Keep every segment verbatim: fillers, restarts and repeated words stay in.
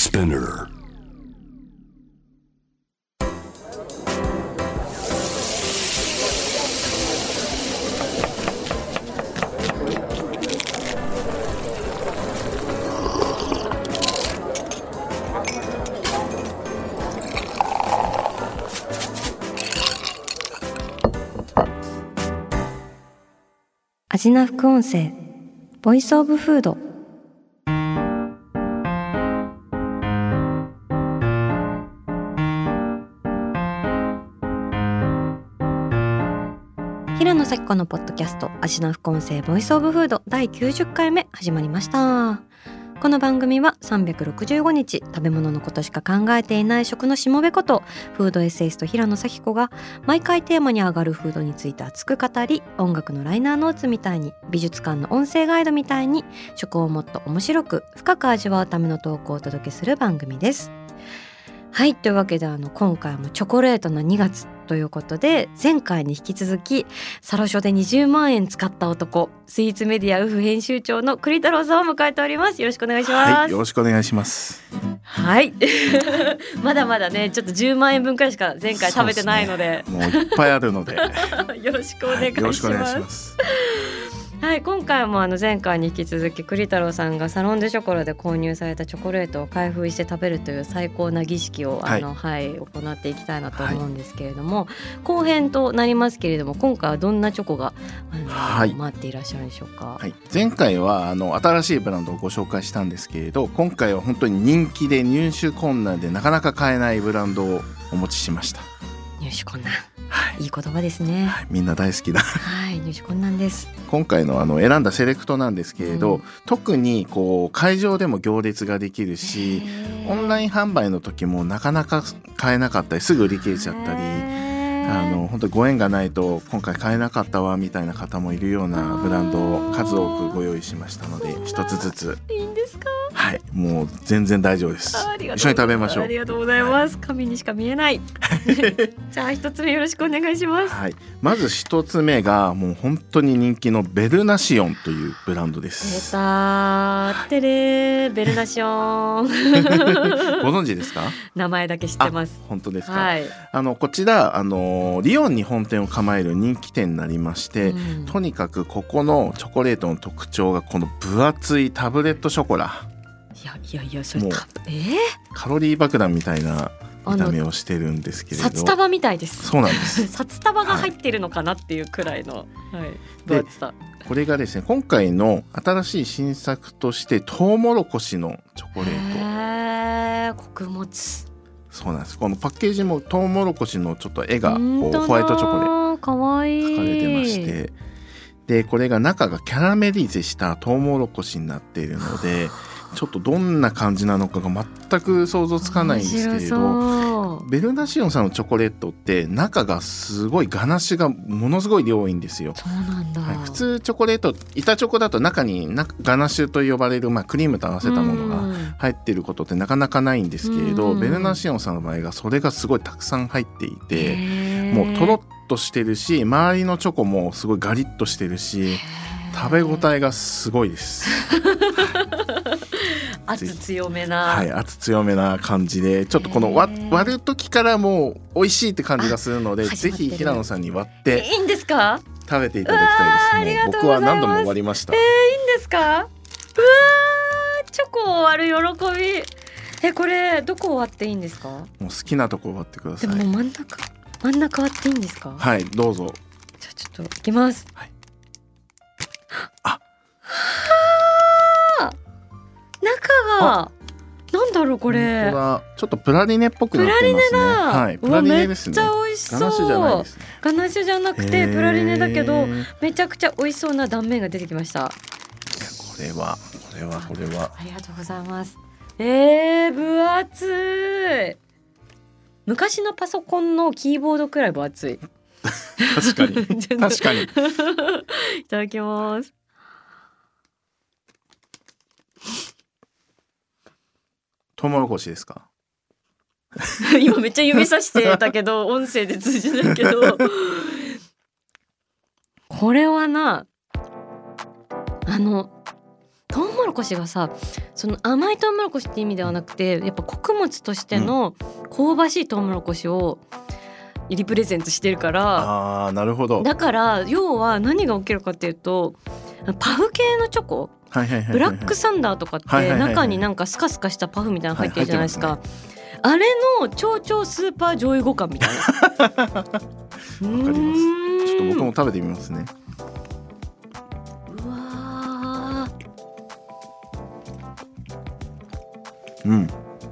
Spinner. アジナ副音声ボイスオブフード。平野咲子のポッドキャストアジナ副音声ボイスオブフードだいきゅうじゅっかいめ始まりました。この番組はさんびゃくろくじゅうごにち食べ物のことしか考えていない食のしもべことフードエッセイスト平野咲子が毎回テーマに上がるフードについて熱く語り、音楽のライナーノーツみたいに美術館の音声ガイドみたいに食をもっと面白く深く味わうためのトークをお届けする番組です。はい、というわけであの今回もチョコレートのにがつということで、前回に引き続きサロショでにじゅうまんえん使った男、スイーツメディアウフ編集長の栗太郎さんを迎えております。よろしくお願いします。 はい、よろしくお願いします。 はいまだまだねちょっとじゅうまんえんぶんくらいしか前回食べてないの で, で、ね、もういっぱいあるのでよろしくお願いします。 よろしくお願いします。 はい、今回もあの前回に引き続き栗太郎さんがサロンデショコラで購入されたチョコレートを開封して食べるという最高な儀式をあの、はいはい、行っていきたいなと思うんですけれども、はい、後編となりますけれども、今回はどんなチョコがあの、はい、待っていらっしゃるんでしょうか。 はい、前回はあの新しいブランドをご紹介したんですけれど、今回は本当に人気で入手困難でなかなか買えないブランドをお持ちしました。 入手困難、はい、いい言葉ですね、はい、 みんな大好きだはい、入手困難です。 今回 の, あの選んだセレクトなんですけれど、うん、特にこう会場でも行列ができるし、オンライン販売の時もなかなか買えなかったりすぐ売り切れちゃったり、あの本当にご縁がないと今回買えなかったわみたいな方もいるようなブランドを数多くご用意しましたので、一つずつ。 いいんですか。 はい、もう全然大丈夫です。一緒に食べましょう。 ありがとうございます、はい、紙にしか見えないじゃあ一つ目よろしくお願いします。 はい、まず一つ目がもう本当に人気のベルナシオンというブランドです。 出たテレベルナシオンご存知ですか。 名前だけ知ってます。 本当ですか。 はい、 あのこちらあのリヨンに本店を構える人気店になりまして、うん、とにかくここのチョコレートの特徴がこの分厚いタブレットショコラ。 いやいやいやそれたえー、 カロリー爆弾みたいな見た目をしてるんですけれど、 札束みたいです。 そうなんです札束が入ってるのかなっていうくらいの、はいはい、分厚さ。 これがですね、今回の新しい新作としてトウモロコシのチョコレート。 へー、穀物。 そうなんです。このパッケージもトウモロコシのちょっと絵がこうホワイトチョコでかわいい描かれてまして、でこれが中がキャラメリゼしたトウモロコシになっているのでちょっとどんな感じなのかが全く想像つかないんですけれど、ベルナシオンさんのチョコレートって中がすごいガナッシュがものすごい量多いんですよ。 そうなんだ、 はい、普通チョコレート板チョコだと中にガナッシュと呼ばれる、まあ、クリームと合わせたものが入っていることってなかなかないんですけれど、ベルナシオンさんの場合がそれがすごいたくさん入っていて、もうとろっとしてるし周りのチョコもすごいガリッとしてるし食べ応えがすごいです圧強めな、 はい、圧強めな感じで、ちょっとこの割割る時からもう美味しいって感じがするので、ぜひ平野さんに割っていいんですか食べていただきたいです。もう僕は何度も割りました。 えー、いいんですか。うわー、チョコを割る喜び。え、これどこ割っていいんですか。もう好きなとこ割ってください。 でも真ん中真ん中割っていいんですか。 はい、どうぞ。 じゃあちょっといきます、はい、 あ中がなんだろうこれ。 ちょっとプラリネっぽくなってますね。 プラリネだ、 はい、プラリネですね。 めっちゃ美味しそう。 ガナッシュじゃないですね。 ガナッシュじゃなくてプラリネだけどめちゃくちゃ美味しそうな断面が出てきました。 これはこれはこれはありがとうございます。えー、分厚い。昔のパソコンのキーボードくらい分厚い確かに確かにいただきます。 トウモロコシですか今めっちゃ指さしてたけど音声で通じないけどこれはな、あのトウモロロコシがさその甘いトウモロコシって意味ではなくてやっぱ穀物としての香ばしいトウモロコシをリプレゼントしてるから、 あーなるほど。 だから要は何が起きるかっていうとパフ系のチョコ、 はいはいはいはい、 ブラックサンダーとかって中になんかスカスカしたパフみたいなの入ってるじゃないですか、 はいあれの超超スーパー上位互換みたいなわかります。ちょっと僕も食べてみますね。 うわうん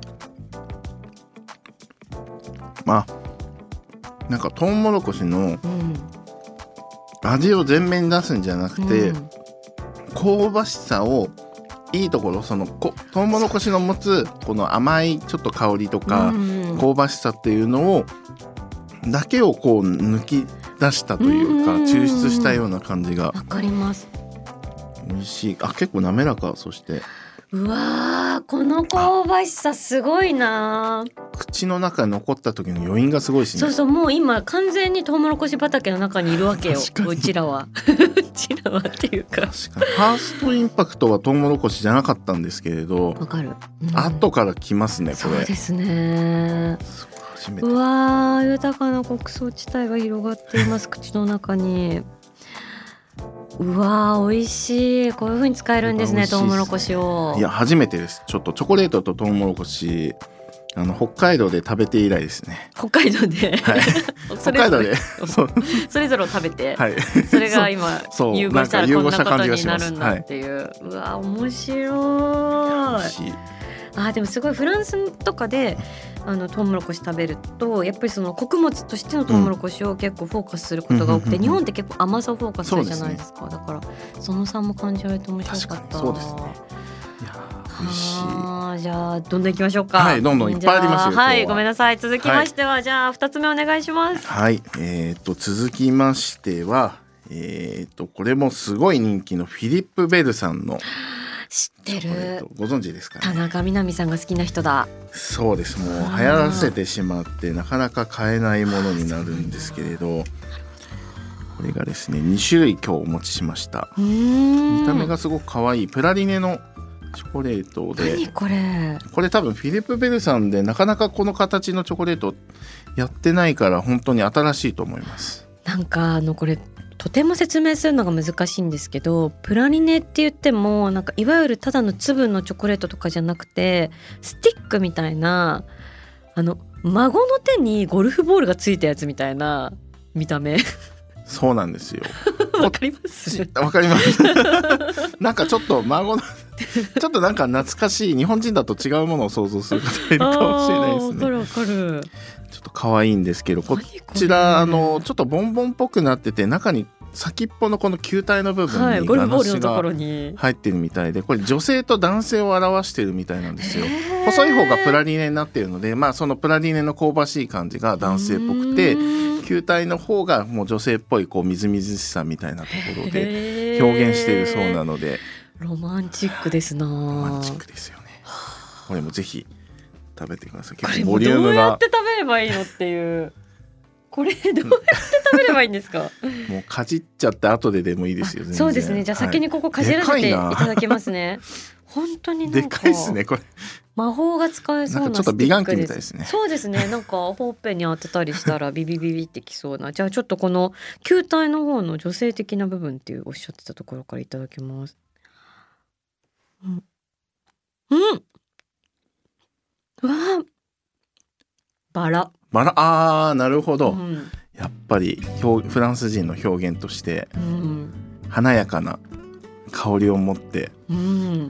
まあなんかトウモロコシのうん味を前面に出すんじゃなくて、 うん香ばしさをいいところそのこトウモロコシの持つこの甘いちょっと香りとか、 うん香ばしさっていうのをだけをこう抜き出したというか、 うん抽出したような感じがわかります。 美味しい。あ結構滑らか。そしてうわーこの香ばしさすごいな。 口の中に残った時の余韻がすごいですね。 そうそうもう今完全にトウモロコシ畑の中にいるわけよ確かにうちらはうちらはっていうか確かにファーストインパクトはトウモロコシじゃなかったんですけれど、 わかる、うん後から来ますねこれ。 そうですね。 初めて。 うわー豊かな穀倉地帯が広がっています口の中に。うわー美味しい。こういう風に使えるんですねトウモロコシを。 いや初めてです。ちょっとチョコレートとトウモロコシあの北海道で食べて以来ですね。 北海道で、 はい、 そ北海道でそうそれぞれを食べて、 はい、 それが今そう融合したらこんなことになるんなんか融合した感じがしますだっていう、うわ面白い。 美味しい。 あでもすごいフランスとかであのトウモロコシ食べるとやっぱりその穀物としてのトウモロコシを結構フォーカスすることが多くて、 うん日本って結構甘さをフォーカスするじゃないですか。 そうですだからその差も感じられて面白かった。 確かにそうですね。いや美味しい。 あじゃあどんどん行きましょうか。 はいどんどんいっぱいありますよ。 じゃあはい今日はごめんなさい。続きましては、はい、じゃあふたつめお願いします。 はいえー、と続きましてはえー、とこれもすごい人気のフィリップ・ベルさんの知ってる。 ご存知ですかね。 田中みな実さんが好きな人だ。 そうですもう流行らせてしまってなかなか買えないものになるんですけれど、これがですねに種類今日お持ちしました。 うーん見た目がすごく可愛いプラリネのチョコレートで、 何これ。 これ多分フィリップ・ベルさんでなかなかこの形のチョコレートやってないから本当に新しいと思います。 なんかあのこれとても説明するのが難しいんですけど、プラリネって言ってもなんかいわゆるただの粒のチョコレートとかじゃなくてスティックみたいな、あの孫の手にゴルフボールがついたやつみたいな見た目。 そうなんですよ。 わかりますわかりますなんかちょっと孫のちょっとなんか懐かしい日本人だと違うものを想像する方いるかもしれないですね。 わかるわかる。 ちょっと可愛いんですけど、こちらあのちょっとボンボンっぽくなってて中に先っぽのこの球体の部分はい、 にゴルガナシフボールのとこがろに入ってるみたいで、これ女性と男性を表してるみたいなんですよ。細い方がプラリネになってるので、まあそのプラリネの香ばしい感じが男性っぽくて、球体の方がもう女性っぽいこうみずみずしさみたいなところで表現しているそうなので、 ロマンチックですな。ロロマンチックですよね。これもぜひ食べてください。 これ結構ボリュームどうやっがて食べればいいのっていうこれどうやって食べればいいんですか。 もうかじっちゃって後ででもいいですよ。全然そうですね。じゃあ先にここかじらせていただきますね。本当になんかでかいですねこれ。 魔法が使えそうななんかちょっと美顔器みたいですね。 そうですね。なんかほっぺに当てたりしたらビビビビってきそうな。じゃあちょっとこの球体の方の女性的な部分っていうおっしゃってたところからいただきます。うん。うんうわーバラバラあーなるほど、 うん、 やっぱり表フランス人の表現としてうん華やかな香りを持って、 うん、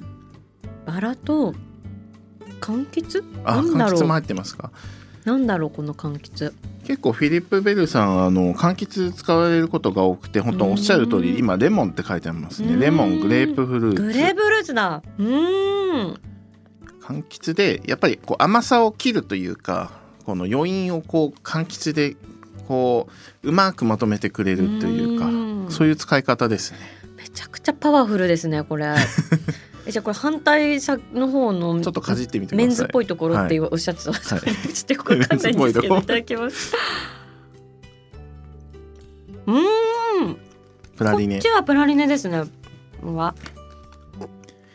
バラと柑橘あなんだろう柑橘も入ってますか。 なんだろうこの柑橘。 結構フィリップ・ベルさんあの柑橘使われることが多くて、本当おっしゃる通り今レモンって書いてありますね。レモン、グレープフルーツ、 グレープフルーツだ。うーん柑橘でやっぱりこう甘さを切るというか、この余韻をこう柑橘でこううまくまとめてくれるというか、 うんそういう使い方ですね。 めちゃくちゃパワフルですねこれ。えじゃあこれ反対さの方のちょっとかじってみてください。 メンズっぽいところっておっしゃってた、はい、ちょっとよくわかんないんですけどいただきます。うーんプラリネこっちはプラリネですね。うわ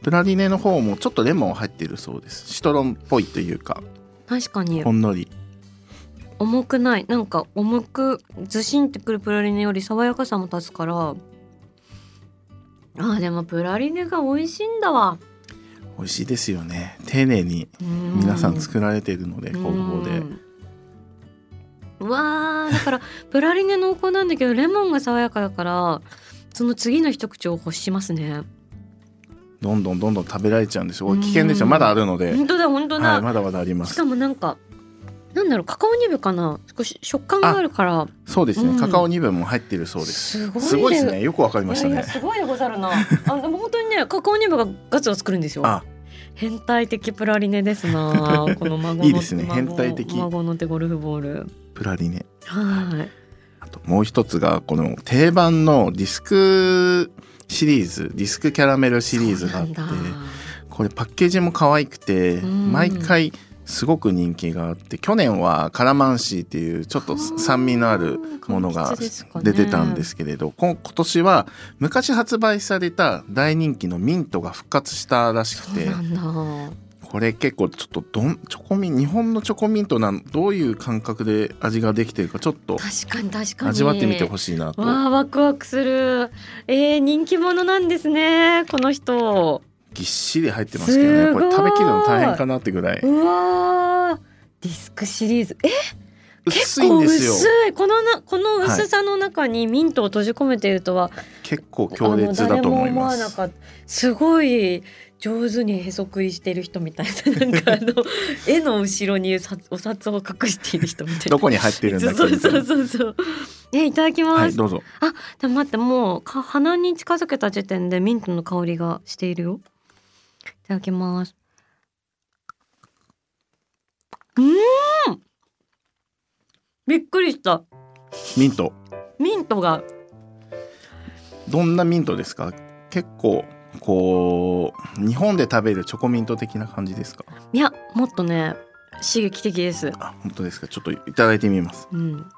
プラリネの方もちょっとレモン入ってるそうです。シトロンっぽいというか、 確かにほんのり重くない。なんか重くずしんってくるプラリネより爽やかさも立つから、あーでもプラリネが美味しいんだわ。 美味しいですよね。丁寧に皆さん作られているので、工房で。 うわー、だからプラリネ濃厚なんだけどレモンが爽やかだから、その次の一口を欲しますね。 どんどんどんどん食べられちゃうんですよ。危険ですよ。まだあるので。 本当だ本当だ、 はい、まだまだあります。 しかもなんかなんだろう、カカオニブかな、少し食感があるから。 そうですね、 うん、 カカオニブも入ってるそうです。 すごい、 すごいですね。よくわかりましたね。 いやいやすごいでござるな。あでも本当にね、カカオニブがガツを作るんですよ。 あ、 変態的プラリネですな。この孫のいいですね、変態的孫の手ゴルフボールプラリネ。 はい。 あともう一つがこの定番のディスクシリーズ、ディスクキャラメルシリーズがあって、これパッケージも可愛くて、毎回すごく人気があって、去年はカラマンシーっていうちょっと酸味のあるものが出てたんですけれど、今年は昔発売された大人気のミントが復活したらしくて、これ結構ちょっとどんチョコミン日本のチョコミントなんどういう感覚で味ができてるかちょっと確かに確かに味わってみてほしいなと。 わあワクワクする。えー、人気者なんですねこの人。 ぎっしり入ってますけどね、これ食べきるの大変かなってぐらい。 うわディスクシリーズ、え薄いんですよ。 結構薄い。このなこの薄さの中にミントを閉じ込めているとは、はい、 結構強烈だと思います。誰も思わなかった。 すごい上手にへそくりしてる人みたいな、なんかあの絵の後ろにお札を隠している人みたいな。 どこに入ってるんだっけ。 そうそうそうそう。えいただきます。 はい、どうぞ。 あでも待って、もう鼻に近づけた時点でミントの香りがしているよ。いただきます。うーん、びっくりした。 ミントミントがどんなミントですか。結構こう日本で食べるチョコミント的な感じですか。 いやもっとね刺激的です。 あ本当ですか。ちょっといただいてみます。 うん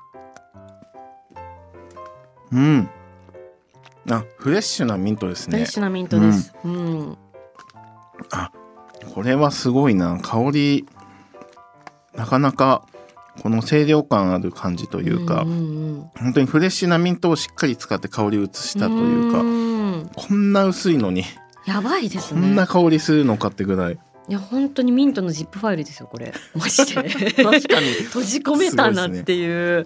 うん、あフレッシュなミントですね。 フレッシュなミントです、うんうん、 あこれはすごいな。香りなかなかこの清涼感ある感じというか、うんうんうん、本当にフレッシュなミントをしっかり使って香りを移したというか、うんこんな薄いのにやばいですね。 こんな香りするのかってぐらい。 いや本当にミントのジップファイルですよこれ。マジで確かに閉じ込めたなっていう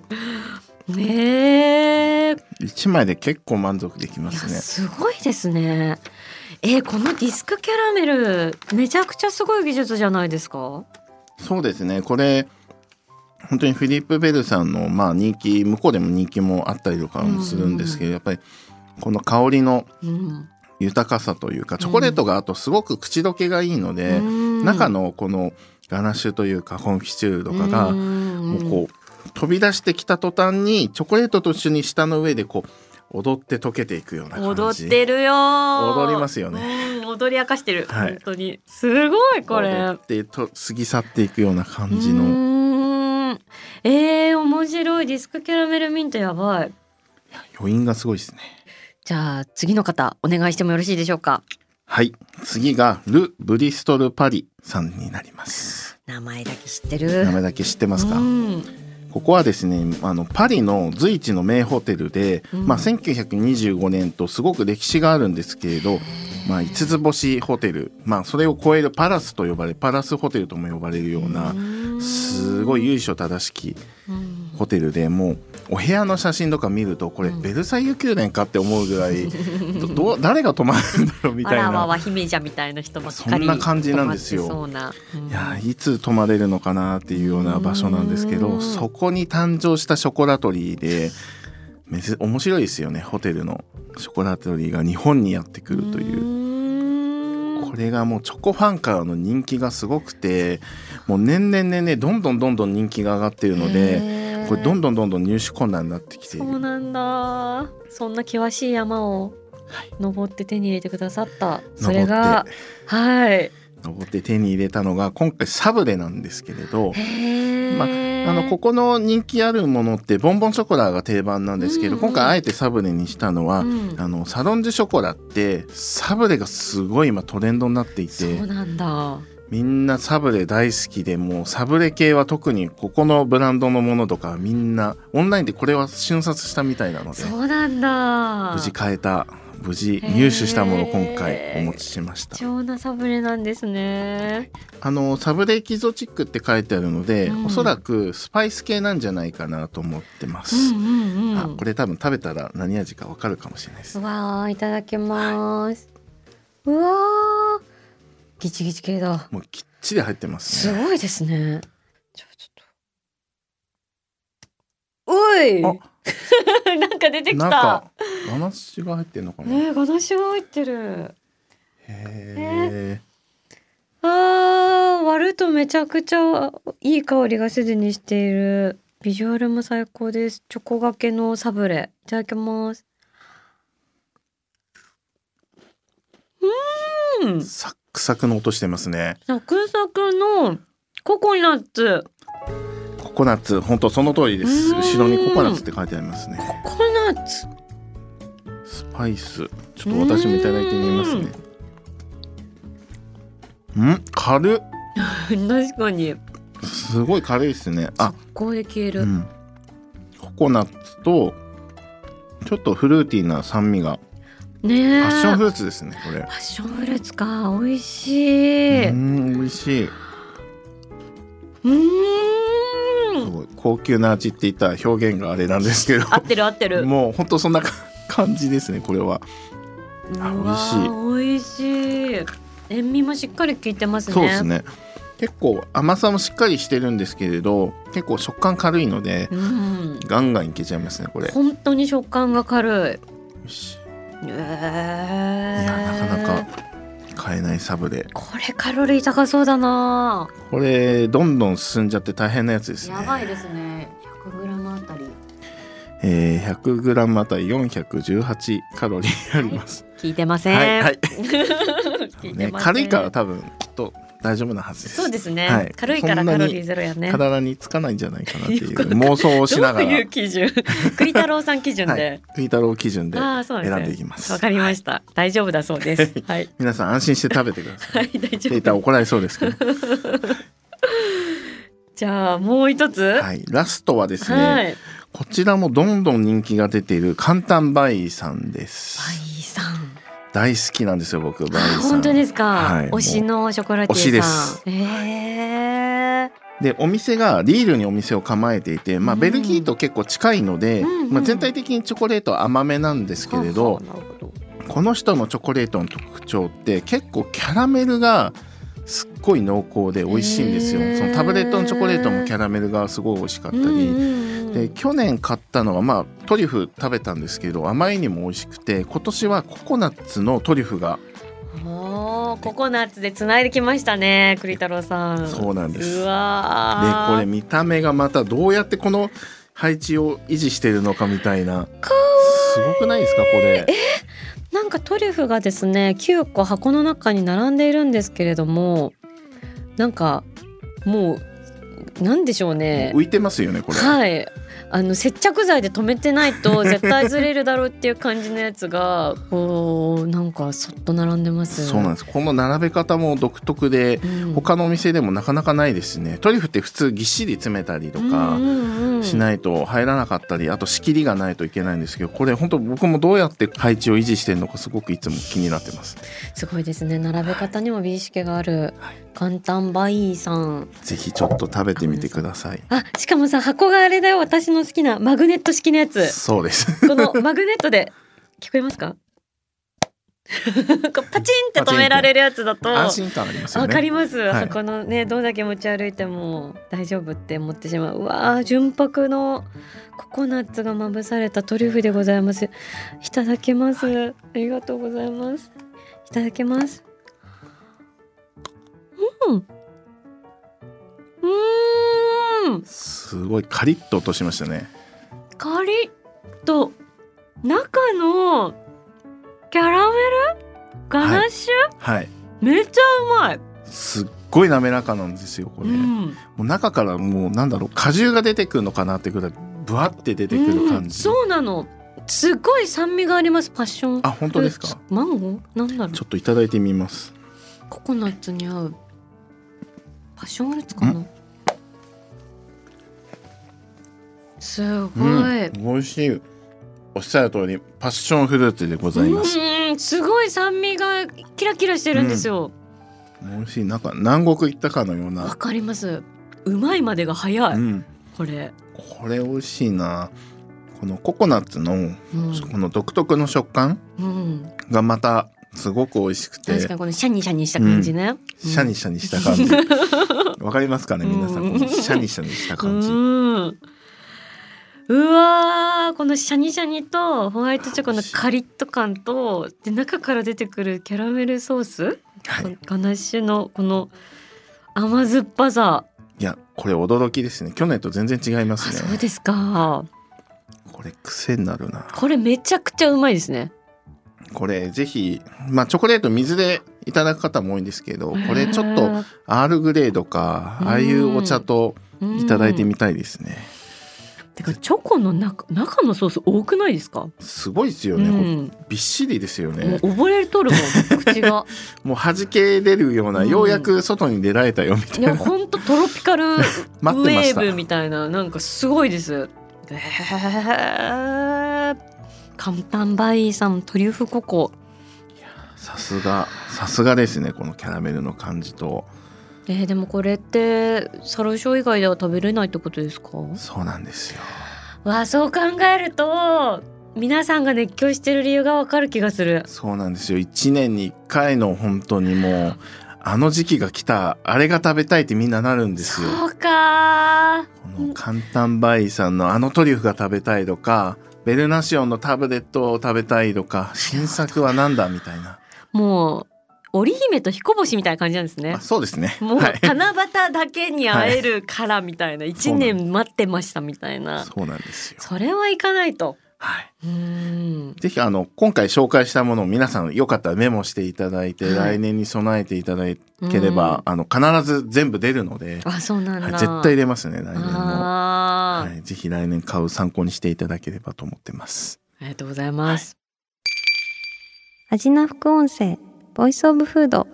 ねえ。 一枚で結構満足できますね。 すごいですね。えー、このディスクキャラメルめちゃくちゃすごい技術じゃないですか。 そうですね。これ本当にフィリップ・ベルさんの、まあ、人気向こうでも人気もあったりとかもするんですけど、うん、やっぱりこの香りの豊かさというか、うん、チョコレートがあとすごく口どけがいいので、うん、中のこのガナッシュというかコンフィチュールとかがもうこう飛び出してきた途端にチョコレートと一緒に舌の上でこう踊って溶けていくような感じ。 踊ってるよ。 踊りますよね。 うん、踊り明かしてる、はい、本当にすごいこれ。 踊ってと過ぎ去っていくような感じの。 うんえー、面白い。ディスクキャラメルミントやばい。いや余韻がすごいですね。 じゃあ次の方お願いしてもよろしいでしょうか。 はい、次がル・ブリストル・パリさんになります。 名前だけ知ってる。 名前だけ知ってますか。ここはですねあのパリの随一の名ホテルで、うんまあ、せんきゅうひゃくにじゅうごねんとすごく歴史があるんですけれど、まあ、五つ星ホテル、まあ、それを超えるパラスと呼ばれパラスホテルとも呼ばれるようなすごい由緒正しきホテルで、もうお部屋の写真とか見るとこれベルサイユ宮殿かって思うぐらい、うん、ど誰が泊まるんだろうみたいな。 わらわは姫じゃみたいな人ばっかりそんな感じなんですよ。 そうな、うん、 いやいつ泊まれるのかなっていうような場所なんですけど、そこに誕生したショコラトリーで面白いですよね。ホテルのショコラトリーが日本にやってくるという、これがもうチョコファンからの人気がすごくて、もう年々年々どんどんどんどん人気が上がっているので、これどんどんどんどん入手困難になってきている。 そうなんだ。そんな険しい山を登って手に入れてくださった、はい、それがはい登って手に入れたのが今回サブレなんですけれど、まあへー。 あのここの人気あるものってボンボンショコラが定番なんですけど、 うんうん、 今回あえてサブレにしたのは、うん、あのサロンジュショコラってサブレがすごい今トレンドになっていて、 そうなんだ、 みんなサブレ大好きで、もうサブレ系は特にここのブランドのものとかみんなオンラインでこれは瞬殺したみたいなので、 そうなんだ、 無事買えた、無事入手したものを今回お持ちしました。 貴重なサブレなんですね。 あのサブレエキゾチックって書いてあるので、うん、おそらくスパイス系なんじゃないかなと思ってます、うんうんうん、あこれ多分食べたら何味かわかるかもしれないです。 うわー、いただきます、はい、うわー、ギチギチ系だ。 もうきっちり入ってますね。 すごいですね。ちょちょっとおいなんか出てきた。なんかガナッシュが入ってるのかな。 ね、ガナッシュが入ってる。 へー。 あー、割るとめちゃくちゃいい香りがすでにしている。ビジュアルも最高です。チョコがけのサブレ、いただきます。うーん、 サックサクの音してますね。 サクサクのココナッツ。 ココナッツ、本当その通りです。後ろにココナッツって書いてありますね。 ココナッツ、 スパイス、ちょっと私もいただいてみますね。ん、軽っ確かにすごい軽いですね。あ、 速攻で消える、うん、 ココナッツとちょっとフルーティーな酸味が、 ね、 パッションフルーツですね。これパッションフルーツか、美味しい。 うん、美味しい。 うーん、 すごい高級な味って言ったら表現があれなんですけど、 合ってる合ってる、 もう本当そんな感じですね。これはあ、 美味しい。美味しい。塩味もしっかり効いてますね。 そうですね。結構甘さもしっかりしてるんですけれど、結構食感軽いので、うん、ガンガンいけちゃいますね。これ本当に食感が軽い。 よし、えー、いや、なかなか買えないサブレ。 これカロリー高そうだな。 これどんどん進んじゃって大変なやつですね。 やばいですね。 ひゃくグラム あたり、 えー、ひゃくグラム あたりよんひゃくじゅうはちカロリーあります。 聞いてません。 はいはい、ね、軽いから多分きっと大丈夫なはずです。 そうですね、はい、軽いからカロリーゼロやね。 体につかないんじゃないかなっていう妄想をしながら。 どういう基準栗太郎さん基準で、はい、 栗太郎基準で選んでいきます。 わかりました、はい、大丈夫だそうです、はい、 皆さん安心して食べてください。はい、大丈夫。データ怒られそうですけどじゃあもう一つ、 はい、ラストはですね、はい、こちらもどんどん人気が出ている簡単バイさんです。 バイさん大好きなんですよ、僕。バイさん。 本当ですか、はい、推しのショコラティエさん。 推しです。 えー、 でお店がリールにお店を構えていて、まあ、ベルギーと結構近いので、うんうん、まあ、全体的にチョコレートは甘めなんですけれど、はは、なるほど。この人のチョコレートの特徴って結構キャラメルがすっごい濃厚で美味しいんですよ。そのタブレットのチョコレートもキャラメルがすごい美味しかったり、うんうんうん、で去年買ったのは、まあ、トリュフ食べたんですけどあまりにも美味しくて、今年はココナッツのトリュフが、 おー、ココナッツでつないできましたね、栗太郎さん。 そうなんです。 うわでこれ見た目がまたどうやってこの配置を維持しているのかみたいな、すごくないですかこれ。 えなんかトリュフがですねきゅうこ箱の中に並んでいるんですけれども、なんかもうなんでしょうね、 浮いてますよねこれ。 はい、あの接着剤で留めてないと絶対ずれるだろうっていう感じのやつがこうなんかそっと並んでます。 そうなんです。この並べ方も独特で、うん、他のお店でもなかなかないですね。トリュフって普通ぎっしり詰めたりとかしないと入らなかったり、あと仕切りがないといけないんですけど、これ本当僕もどうやって配置を維持してるのかすごくいつも気になってます。 すごいですね。並べ方にも美意識がある、はい、簡単バイさん、 ぜひちょっと食べてみてください。 あ、しかもさ箱があれだよ、私の好きなマグネット式のやつ。 そうですこのマグネットで聞こえますかパチンって止められるやつだと安心感ありますよね。 わかります、 はい、 箱のねどんだけ持ち歩いても大丈夫って思ってしまう。うわー、純白のココナッツがまぶされたトリュフでございます。いただきます、はい、ありがとうございます。いただきます。うんうーん、 すごいカリッと音しましたね。 カリッと中のキャラメルガナッシュ、 はいはい、 めっちゃうまい。 すっごい滑らかなんですよこれ、 うん、 もう中からもうなんだろう果汁が出てくるのかなってぐらいブワって出てくる感じ、 うん、そうなのすごい酸味があります。パッションあ本当ですか。 マンゴーなんだろう。 ちょっといただいてみます。 ココナッツに合うパッションフルーツかな。すごい、 うん、美味しい。おっしゃる通りパッションフルーツでございます。 うんすごい酸味がキラキラしてるんですよ、 うん、美味しい。なんか南国行ったかのような。 わかります。うまいまでが早い、うん、これこれ美味しいな。このココナッツの、うん、この独特の食感がまたすごく美味しくて、 確かにこのシャニシャニした感じね、うん、 シャニシャニした感じわかりますかね皆さん、このシャニシャニした感じ、うん、 うわーこのシャニシャニとホワイトチョコのカリッと感とで中から出てくるキャラメルソース、はい、ガナッシュのこの甘酸っぱさ。 いやこれ驚きですね。去年と全然違いますね。 そうですか。 これ癖になるな。 これめちゃくちゃうまいですね。 これぜひ、まあ、チョコレート水でいただく方も多いんですけど、これちょっとアールグレーとかああいうお茶といただいてみたいですね。 てかチョコの 中, 中のソース多くないですか。 すごいですよね、うん、びっしりですよね。 もう溺れとるもん口がもう弾け出るような、うん、ようやく外に出られたよみたいな。 いやほんとトロピカルウェーブみたいな、なんかすごいです。えー、カンタンバイーさんトリュフココ、 さすがさすがですねこのキャラメルの感じと。 えー、でもこれってサロショウ以外では食べれないってことですか。 そうなんですよ。 わあそう考えると皆さんが熱狂してる理由がわかる気がする。 そうなんですよ。いちねんにいっかいの本当にもうあの時期が来た、あれが食べたいってみんななるんですよ。 そうか。 このカンタンバイさんのあのトリュフが食べたいとか、ベルナシオンのタブレットを食べたいとか、新作はなんだみたいな。 もう織姫と彦星みたいな感じなんですね。 あ、そうですね。 もう七夕だけに会えるからみたいな、はい、いちねん待ってましたみたいな。 そうなんですよ。 それはいかないと。 はい、うーんぜひあの今回紹介したものを皆さんよかったらメモしていただいて、はい、来年に備えていただければ、あの必ず全部出るので。 あ、そうなんだ、 はい、絶対出ますね来年も。はい、ぜひ来年買う参考にしていただければと思ってます。 ありがとうございます。 アジナ副音声ボイスオブフード。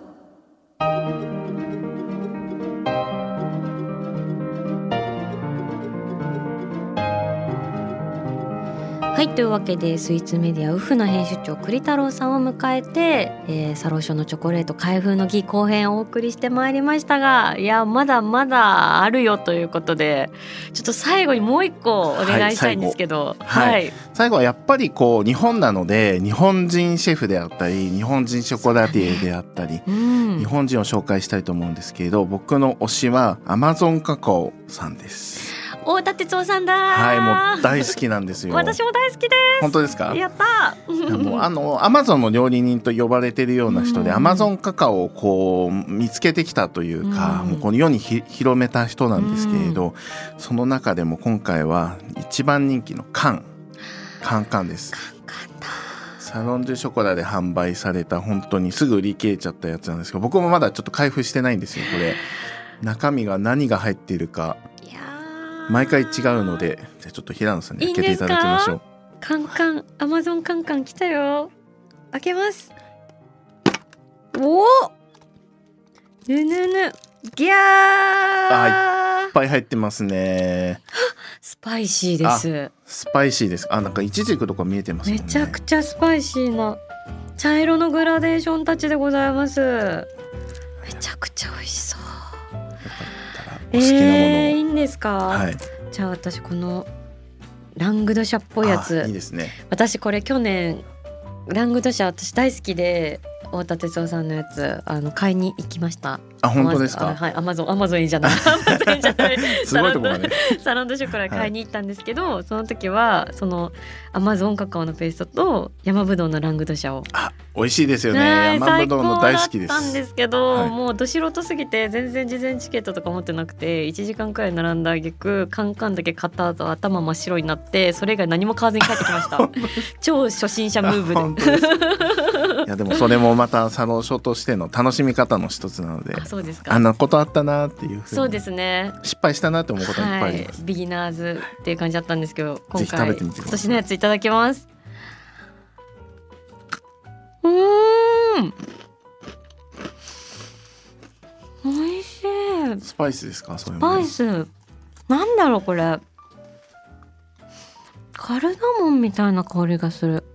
はい、というわけでスイーツメディアウフな編集長栗太郎さんを迎えて、えー、サローショのチョコレート開封の儀後編をお送りしてまいりましたが、いやまだまだあるよということで、ちょっと最後にもう一個お願いしたいんですけど、 はい、はいはい、最後はやっぱりこう日本なので日本人シェフであったり日本人ショコラティエであったり、うん、日本人を紹介したいと思うんですけれど、僕の推しはアマゾンカカオさんです。 大田哲夫さんだ。 はい、もう大好きなんですよ。 私も大好きです。 本当ですか。 やったもうあのアマゾンの料理人と呼ばれているような人で、アマゾンカカオをこう見つけてきたというか、もうこの世にひ広めた人なんですけれど、その中でも今回は一番人気のカンカンカンです。 カンカンだ。 サロン・デュ・ショコラで販売された本当にすぐ売り切れちゃったやつなんですけど、僕もまだちょっと開封してないんですよ。これ中身が何が入っているか毎回違うので、じゃあちょっと平野さんに開けていただきましょう。 カンカン、アマゾンカンカン来たよ。開けます。おお、ぬぬぬ、ギャー。 あ、いっぱい入ってますね。 スパイシーです。 スパイシーです。あ、なんかイチジクとか見えてますね。 めちゃくちゃスパイシーな茶色のグラデーションたちでございます。めちゃくちゃ美味しそう。 お好きなものを、 えー、いいんですか。 はい、 じゃあ私このラングドシャっぽいやつ。 いいですね。 私これ去年ラングドシャ私大好きで、太田哲夫さんのやつあの買いに行きました。 あ、本当ですか。 はい、アマゾンアマゾンじゃないアマゾンじゃないすごいところね。 サロンドショコラ買いに行ったんですけど、はい、その時はそのアマゾンカカオのペーストと山ぶどうのラングドシャを。 あ、美味しいですよね。山ぶどうの大好きです。 最高だったんですけど、はい、もうど素人すぎて全然事前チケットとか持ってなくていちじかんくらい並んだ挙句カンカンだけ買った後頭真っ白になって、それ以外何も買わずに帰ってきました。超初心者ムーブで。 いやでもそれもまたサロン書としての楽しみ方の一つなので、 あ、そうですか。 あんなことあったなっていうふうに、 そうですね、 失敗したなって思うことがいっぱいあります、 はい、ビギナーズっていう感じだったんですけど、今ぜひ食回べてみてください。 今年のやついただきます。うーん、美味しい。 スパイスですか？それスもパイス、なんだろうこれ、カルダモンみたいな香りがする。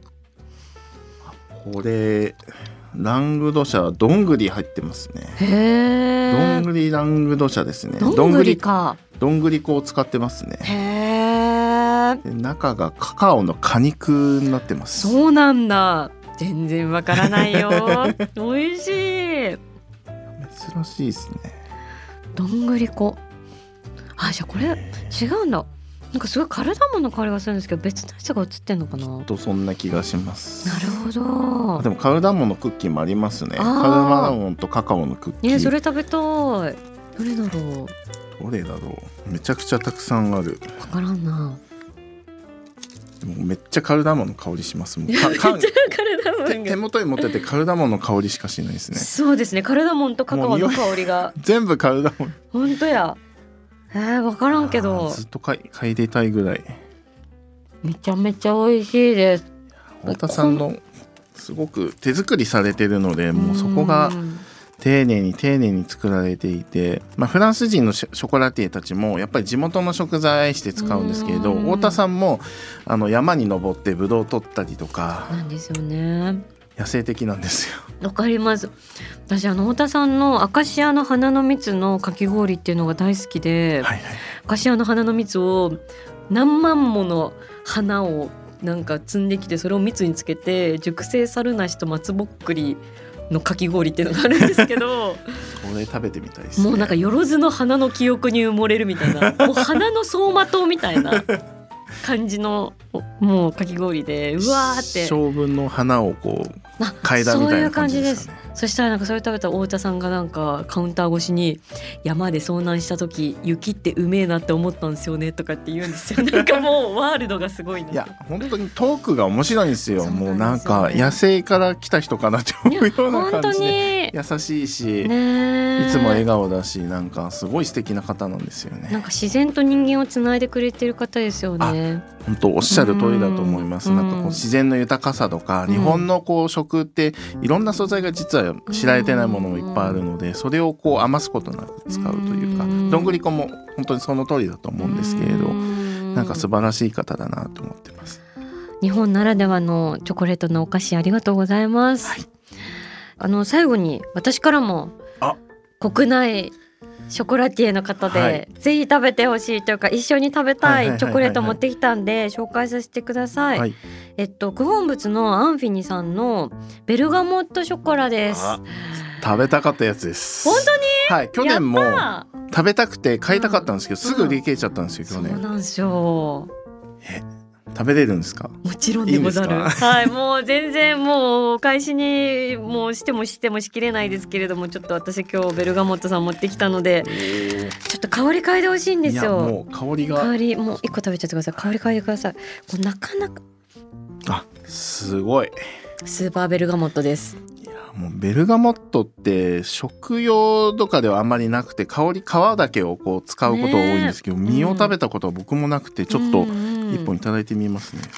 これラングドシャ、どんぐり入ってますね。 へー、 どんぐりラングドシャですね。 どんぐりか。 どんぐり粉を使ってますね。 へー、 で中がカカオの果肉になってます。 そうなんだ。全然わからないよ。美味しい。 珍しいですね。 どんぐり粉。あ、じゃあこれ違うんだ。なんかすごいカルダモンの香りがするんですけど、別のやつが映ってんのかな。 とそんな気がします。 なるほど。 でもカルダモンのクッキーもありますね。カルダモンとカカオのクッキー。 ね、それ食べたい。どれだろう。 どれだろう。めちゃくちゃたくさんある。 わからんな。 でもめっちゃカルダモンの香りします。もうめっちゃカルダモンが手元に持っててカルダモンの香りしかしないですね。 そうですね。カルダモンとカカオの香りが全部カルダモン。 本当や。えー、分からんけどずっと嗅い嗅いでたいぐらい。 めちゃめちゃ美味しいです。 太田さんのすごく手作りされてるので、もうそこが丁寧に丁寧に作られていて、まあ、フランス人のショコラティエたちもやっぱり地元の食材を愛して使うんですけれど、太田さんもあの山に登ってブドウを取ったりとかなんですよね。 野生的なんですよ。 わかります。私あの太田さんのアカシアの花の蜜のかき氷っていうのが大好きで、はいはい、アカシアの花の蜜を何万もの花をなんか摘んできて、それを蜜につけて熟成猿なしと松ぼっくりのかき氷っていうのがあるんですけどそれ食べてみたいですね。 もうなんかよろずの花の記憶に埋もれるみたいな、もう花の走馬灯みたいな感じのもうかき氷で、うわーって将軍の花をこう階段みたいな感じですかね。 そしたらなんかそれ食べた太田さんがなんかカウンター越しに、山で遭難した時雪ってうめえなって思ったんですよねとかって言うんですよ。なんかもうワールドがすごいな。 いや本当にトークが面白いんですよ。もうなんか野生から来た人かなって思うような感じで優しいし、ね、いつも笑顔だし、なんかすごい素敵な方なんですよね。 なんか自然と人間をつないでくれてる方ですよね。 本当おっしゃる通りだと思います。なんかこう自然の豊かさとか、日本のこう食っていろんな素材が実は知られてないものもいっぱいあるので、それをこう余すことなく使うというか、どんぐり粉も本当にその通りだと思うんですけれど、なんか素晴らしい方だなと思ってます。 日本ならではのチョコレートのお菓子ありがとうございます、はい、あの最後に私からも国内ショコラティエの方で、はい、ぜひ食べてほしいというか一緒に食べたいチョコレート持ってきたんで紹介させてください、はい、えっと九本仏のアンフィニさんのベルガモットショコラです。 食べたかったやつです。 本当に？ はい、去年も食べたくて買いたかったんですけど、うん、すぐ売り切れちゃったんですよ、去年。 そうなんですよ。 え食べれるんですか？ もちろんでござる。いいはい、もう全然もうお返しにもうしてもしてもしきれないですけれども、ちょっと私今日ベルガモットさん持ってきたので、ちょっと香り嗅いでほしいんですよ。いやもう香りが香りもう一個食べちゃってください。香り嗅いでください。これなかなかあすごいスーパーベルガモットです。 いやもうベルガモットって食用とかではあんまりなくて、香り皮だけをこう使うことが多いんですけど、ね、実を食べたことは僕もなくて、ちょっと一本いただいてみますね。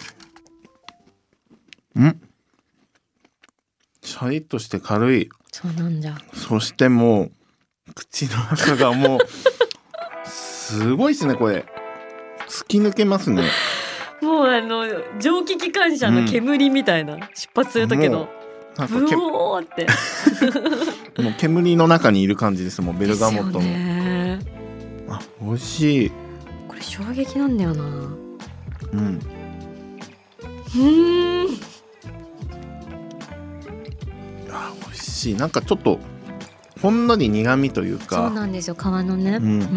うん、シャリッとして軽い。 そうなんだ。 そしてもう口の中がもうすごいですね。これ突き抜けますね。 もうあの蒸気機関車の煙みたいな、うん、出発する時のなんかブオーってもう煙の中にいる感じです。もうベルガモットの、 ね、 あ美味しい。 これ衝撃なんだよな。 うんうんあ美味しい。なんかちょっとほんのり苦味というか。 そうなんですよ、皮のね、うんうん、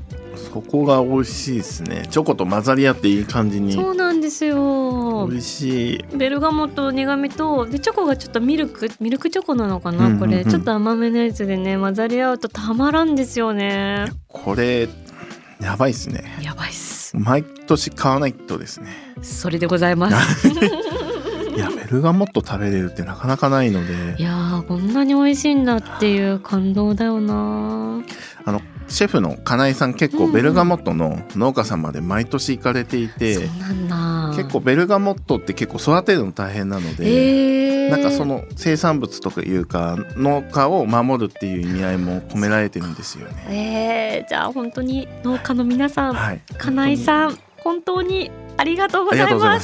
そこが美味しいですね。チョコと混ざり合っていい感じに。 そうなんですよ。 美味しい。 ベルガモット苦味とでチョコがちょっとミルクミルクチョコなのかな、うんうんうん、これちょっと甘めのやつでね混ざり合うとたまらんですよね。 これやばいっすね。 やばいっす。 毎年買わないとですね。 それでございますいやベルガモット食べれるってなかなかないので、 いやーこんなに美味しいんだっていう感動だよな。 あのシェフの金井さん結構ベルガモットの農家さんまで毎年行かれていて、 そうなんだ。 結構ベルガモットって結構育てるの大変なので、 えー、 なんかその生産物というか農家を守るっていう意味合いも込められてるんですよね。 えー、じゃあ本当に農家の皆さん、 はい、 金井さん本当にありがとうございます。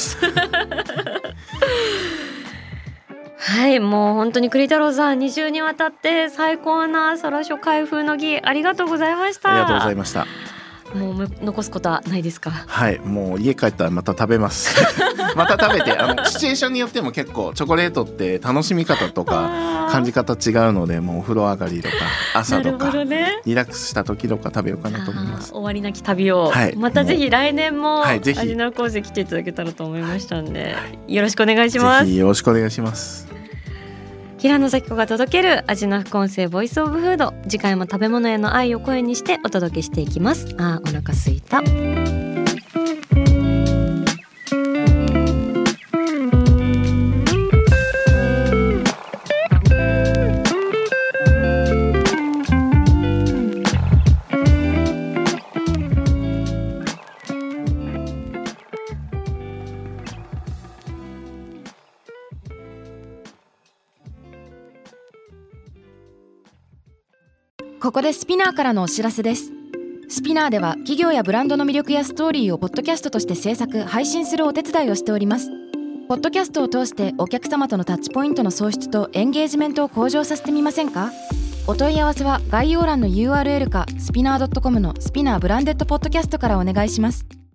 はい、もう本当に栗太郎さんに週にわたって最高な空書開封の儀ありがとうございました。 ありがとうございました。 もう残すことはないですか？ はい、もう家帰ったらまた食べますまた食べて、あのシチュエーションによっても結構チョコレートって楽しみ方とか感じ方違うので、もうお風呂上がりとか朝とか、ね、リラックスした時とか食べようかなと思います。 終わりなき旅を、はい、またぜひ来年も、はい、ぜひアジナフコンセ来ていただけたらと思いましたんで、はい、よろしくお願いします。 ぜひよろしくお願いします。 平野咲子が届けるアジナ副音声ボイスオブフード、次回も食べ物への愛を声にしてお届けしていきます。あー、お腹すいた。 ここでスピナーからのお知らせです。スピナーでは企業やブランドの魅力やストーリーをポッドキャストとして制作・配信するお手伝いをしております。ポッドキャストを通してお客様とのタッチポイントの創出とエンゲージメントを向上させてみませんか？お問い合わせは概要欄の ユーアールエル かスピナー ドットコム のスピナーブランデッドポッドキャストからお願いします。